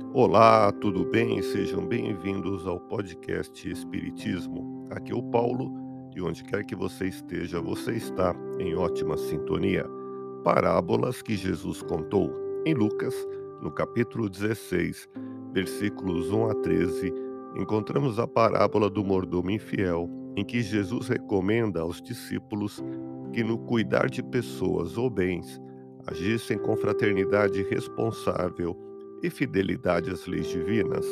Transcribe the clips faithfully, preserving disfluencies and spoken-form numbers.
Olá, tudo bem? Sejam bem-vindos ao podcast Espiritismo. Aqui é o Paulo e onde quer que você esteja, você está em ótima sintonia. Parábolas que Jesus contou. Em Lucas, no capítulo dezesseis, versículos um a treze, encontramos a parábola do mordomo infiel, em que Jesus recomenda aos discípulos que no cuidar de pessoas ou bens, agissem com fraternidade responsável e fidelidade às leis divinas.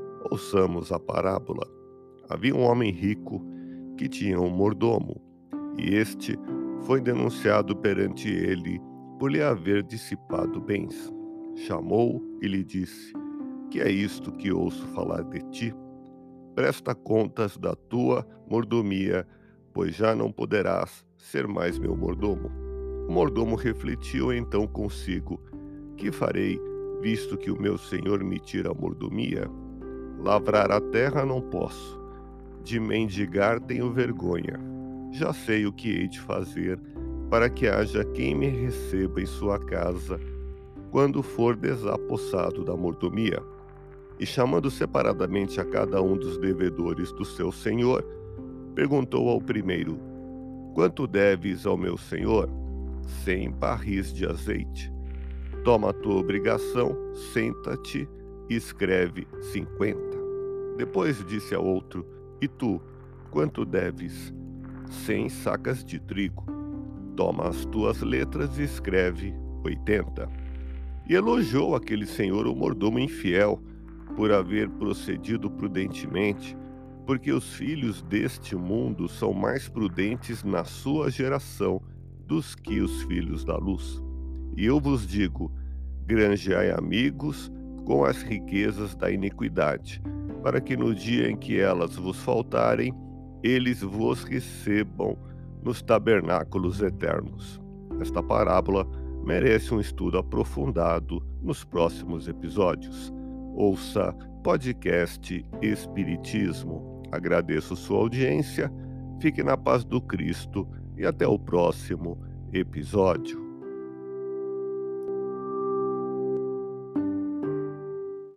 Ouçamos a parábola. Havia um homem rico que tinha um mordomo, e este foi denunciado perante ele por lhe haver dissipado bens. Chamou e lhe disse: Que é isto que ouço falar de ti? Presta contas da tua mordomia, pois já não poderás ser mais meu mordomo. O mordomo refletiu então consigo: Que farei, visto que o meu senhor me tira a mordomia? Lavrar a terra não posso, de mendigar tenho vergonha. Já sei o que hei de fazer para que haja quem me receba em sua casa quando for desapossado da mordomia. E chamando separadamente a cada um dos devedores do seu senhor, perguntou ao primeiro: Quanto deves ao meu senhor? Cem barris de azeite. Toma a tua obrigação, senta-te e escreve cinquenta. Depois disse ao outro: E tu, quanto deves? Cem sacas de trigo. Toma as tuas letras e escreve oitenta. E elogiou aquele senhor o mordomo infiel por haver procedido prudentemente, porque os filhos deste mundo são mais prudentes na sua geração dos que os filhos da luz. E eu vos digo: granjeai amigos com as riquezas da iniquidade, para que no dia em que elas vos faltarem, eles vos recebam nos tabernáculos eternos. Esta parábola merece um estudo aprofundado nos próximos episódios. Ouça podcast Espiritismo. Agradeço sua audiência, fique na paz do Cristo e até o próximo episódio.